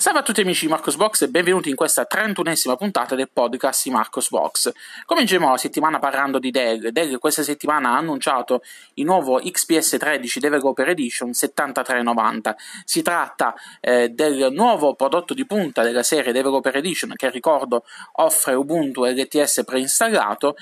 Salve a tutti amici di Marcosbox e benvenuti in questa 31esima puntata del podcast di Marcosbox. Cominciamo la settimana parlando di Dell. Dell questa settimana ha annunciato il nuovo XPS 13 Developer Edition 7390. Si tratta del nuovo prodotto di punta della serie Developer Edition che, ricordo, offre Ubuntu LTS preinstallato.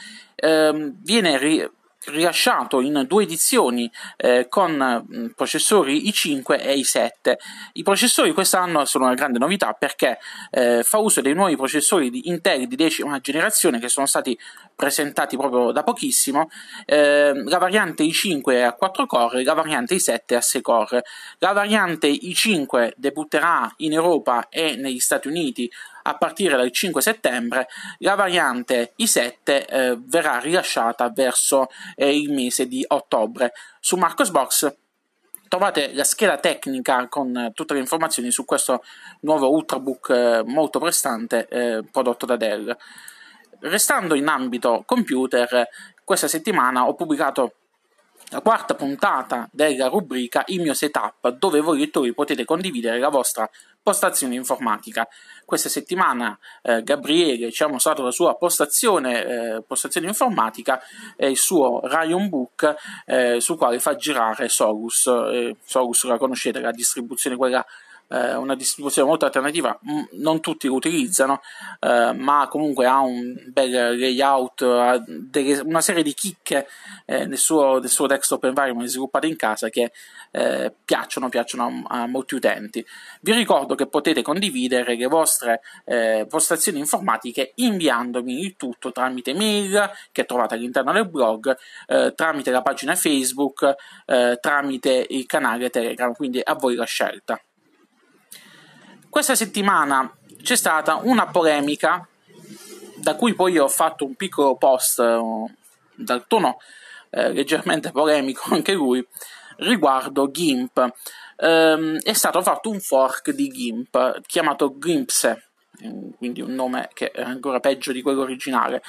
Viene rilasciato in due edizioni con processori i5 e i7. I processori quest'anno sono una grande novità perché fa uso dei nuovi processori di Intel di 10ª generazione che sono stati presentati proprio da pochissimo. La variante i5 è a 4 core, la variante i7 è a 6 core. La variante i5 debutterà in Europa e negli Stati Uniti a partire dal 5 settembre, la variante i7 verrà rilasciata verso il mese di ottobre. Su Marcosbox trovate la scheda tecnica con tutte le informazioni su questo nuovo Ultrabook molto prestante prodotto da Dell. Restando in ambito computer, questa settimana ho pubblicato la quarta puntata della rubrica Il mio setup, dove voi lettori potete condividere la vostra postazione informatica. Questa settimana Gabriele ci ha mostrato la sua postazione informatica e il suo Rayon Book sul quale fa girare Solus. Solus la conoscete, la distribuzione quella una distribuzione molto alternativa, non tutti lo utilizzano, ma comunque ha un bel layout, ha una serie di chicche nel suo desktop environment sviluppate in casa che piacciono a molti utenti. Vi ricordo che potete condividere le vostre postazioni informatiche inviandomi il tutto tramite mail che trovate all'interno del blog, tramite la pagina Facebook, tramite il canale Telegram, quindi a voi la scelta. Questa settimana c'è stata una polemica, da cui poi ho fatto un piccolo post dal tono leggermente polemico anche lui, riguardo GIMP. È stato fatto un fork di GIMP chiamato Glimpse, quindi un nome che è ancora peggio di quello originale.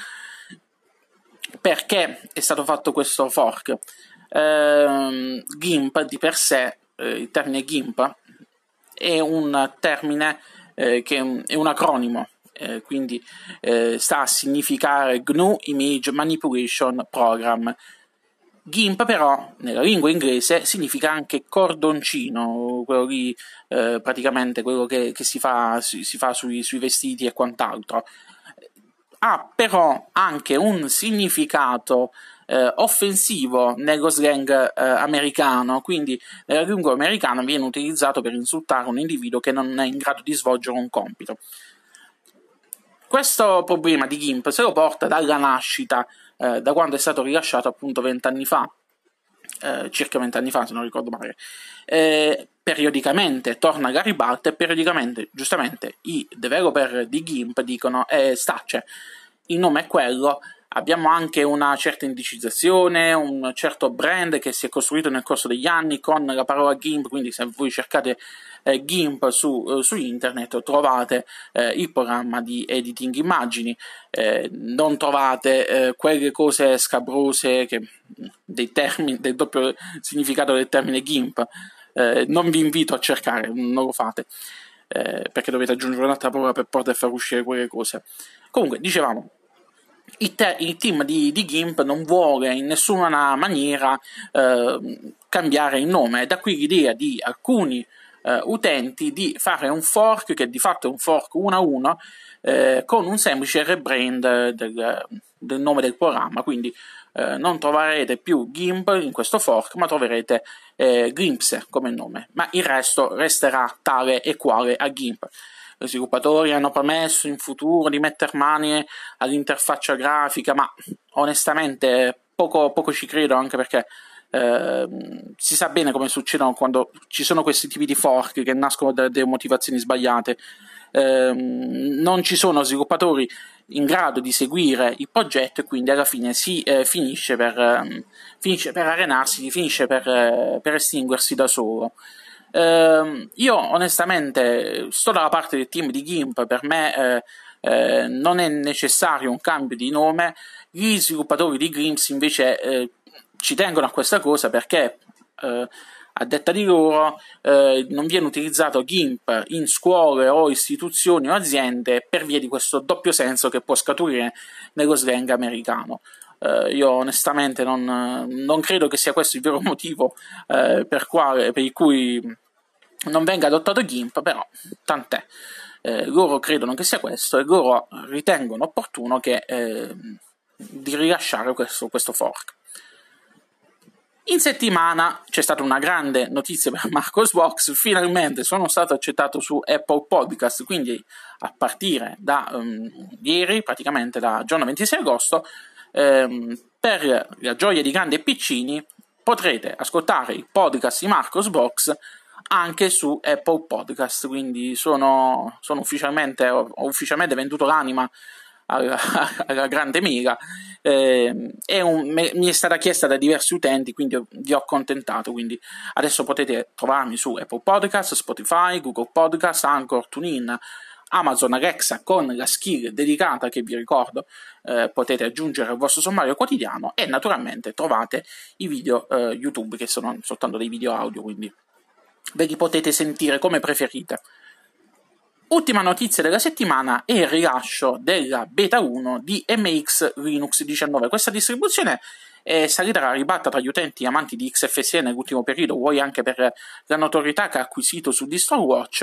Perché è stato fatto questo fork? GIMP di per sé, il termine GIMP, è un termine che è un acronimo, quindi sta a significare GNU Image Manipulation Program. GIMP però nella lingua inglese significa anche cordoncino, quello lì praticamente quello che si fa sui vestiti e quant'altro. Ha però anche un significato offensivo nello slang americano, quindi nella lingua americana viene utilizzato per insultare un individuo che non è in grado di svolgere un compito. Questo problema di GIMP se lo porta dalla nascita, da quando è stato rilasciato appunto 20 anni fa, circa 20 anni fa se non ricordo male. Periodicamente torna alla ribalta e periodicamente, giustamente, i developer di GIMP dicono cioè, il nome è quello, abbiamo anche una certa indicizzazione, un certo brand che si è costruito nel corso degli anni con la parola GIMP, quindi se voi cercate GIMP su internet trovate il programma di editing immagini, non trovate quelle cose scabrose del doppio significato del termine GIMP. Non vi invito a cercare, non lo fate, perché dovete aggiungere un'altra parola per poter far uscire quelle cose. Comunque, dicevamo, il team di GIMP non vuole in nessuna maniera cambiare il nome, da qui l'idea di alcuni utenti di fare un fork, che di fatto è un fork 1 a 1, con un semplice rebrand del nome del programma, quindi non troverete più GIMP in questo fork, ma troverete Glimpse come nome, ma il resto resterà tale e quale a GIMP. Gli sviluppatori hanno promesso in futuro di mettere mani all'interfaccia grafica, ma onestamente poco ci credo, anche perché si sa bene come succedono quando ci sono questi tipi di fork che nascono da delle motivazioni sbagliate. Non ci sono sviluppatori in grado di seguire il progetto e quindi alla fine si finisce per arenarsi, finisce per estinguersi da solo. Io onestamente sto dalla parte del team di GIMP, per me non è necessario un cambio di nome. Gli sviluppatori di Glimpse invece ci tengono a questa cosa perché a detta di loro non viene utilizzato GIMP in scuole o istituzioni o aziende per via di questo doppio senso che può scaturire nello slang americano. Io onestamente non credo che sia questo il vero motivo per il cui non venga adottato GIMP, però tant'è. Loro credono che sia questo e loro ritengono opportuno di rilasciare questo fork. In settimana c'è stata una grande notizia per Marcosbox, finalmente sono stato accettato su Apple Podcast, quindi a partire da ieri, praticamente da giorno 26 agosto, per la gioia di grandi e piccini potrete ascoltare i podcast di Marcosbox anche su Apple Podcast, quindi ho ufficialmente venduto l'anima alla grande mega. Mi è stata chiesta da diversi utenti, quindi vi ho accontentato. Quindi adesso potete trovarmi su Apple Podcast, Spotify, Google Podcast, Anchor, TuneIn, Amazon Alexa con la skill dedicata che vi ricordo potete aggiungere al vostro sommario quotidiano, e naturalmente trovate i video YouTube, che sono soltanto dei video audio, quindi ve li potete sentire come preferite. Ultima notizia della settimana è il rilascio della beta 1 di MX Linux 19. Questa distribuzione è salita alla ribalta tra gli utenti amanti di XFCE nell'ultimo periodo, vuoi anche per la notorietà che ha acquisito su DistroWatch.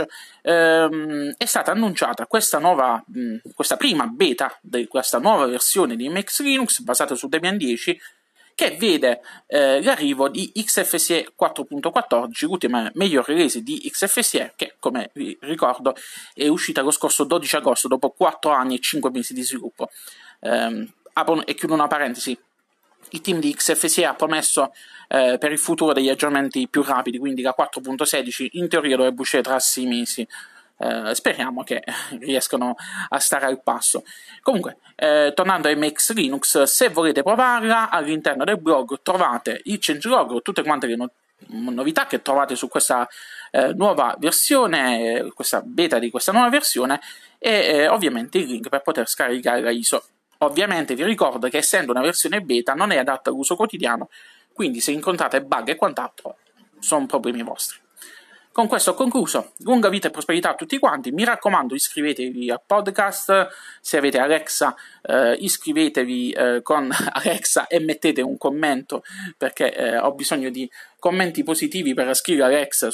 È stata annunciata questa prima beta di questa nuova versione di MX Linux basata su Debian 10, che vede l'arrivo di XFCE 4.14, l'ultima miglior release di XFCE, che, come vi ricordo, è uscita lo scorso 12 agosto, dopo 4 anni e 5 mesi di sviluppo. Apro e chiudo una parentesi. Il team di XFCE ha promesso per il futuro degli aggiornamenti più rapidi, quindi la 4.16 in teoria dovrebbe uscire tra 6 mesi. Speriamo che riescano a stare al passo. Comunque, tornando a MX Linux, se volete provarla, all'interno del blog trovate il changelog, tutte quante le novità che trovate su questa nuova versione, questa beta di questa nuova versione, e ovviamente il link per poter scaricare la ISO. Ovviamente vi ricordo che, essendo una versione beta, non è adatta all'uso quotidiano, quindi se incontrate bug e quant'altro sono problemi vostri. Con questo ho concluso. Lunga vita e prosperità a tutti quanti. Mi raccomando, iscrivetevi al podcast. Se avete Alexa, iscrivetevi con Alexa e mettete un commento, perché ho bisogno di commenti positivi per scrivere Alexa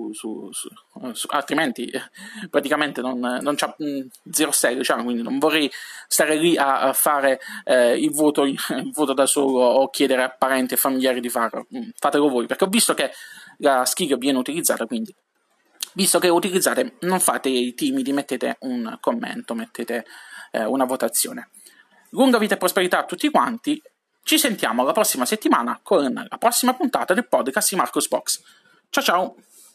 altrimenti praticamente non c'ha zero stelle, quindi non vorrei stare lì a fare il voto da solo, o chiedere a parenti e familiari di farlo. Fatelo voi, perché ho visto che la skill viene utilizzata, quindi visto che la utilizzate, non fate i timidi, mettete un commento, mettete una votazione. Lunga vita e prosperità a tutti quanti. Ci sentiamo la prossima settimana con la prossima puntata del podcast di Marcosbox. Ciao ciao!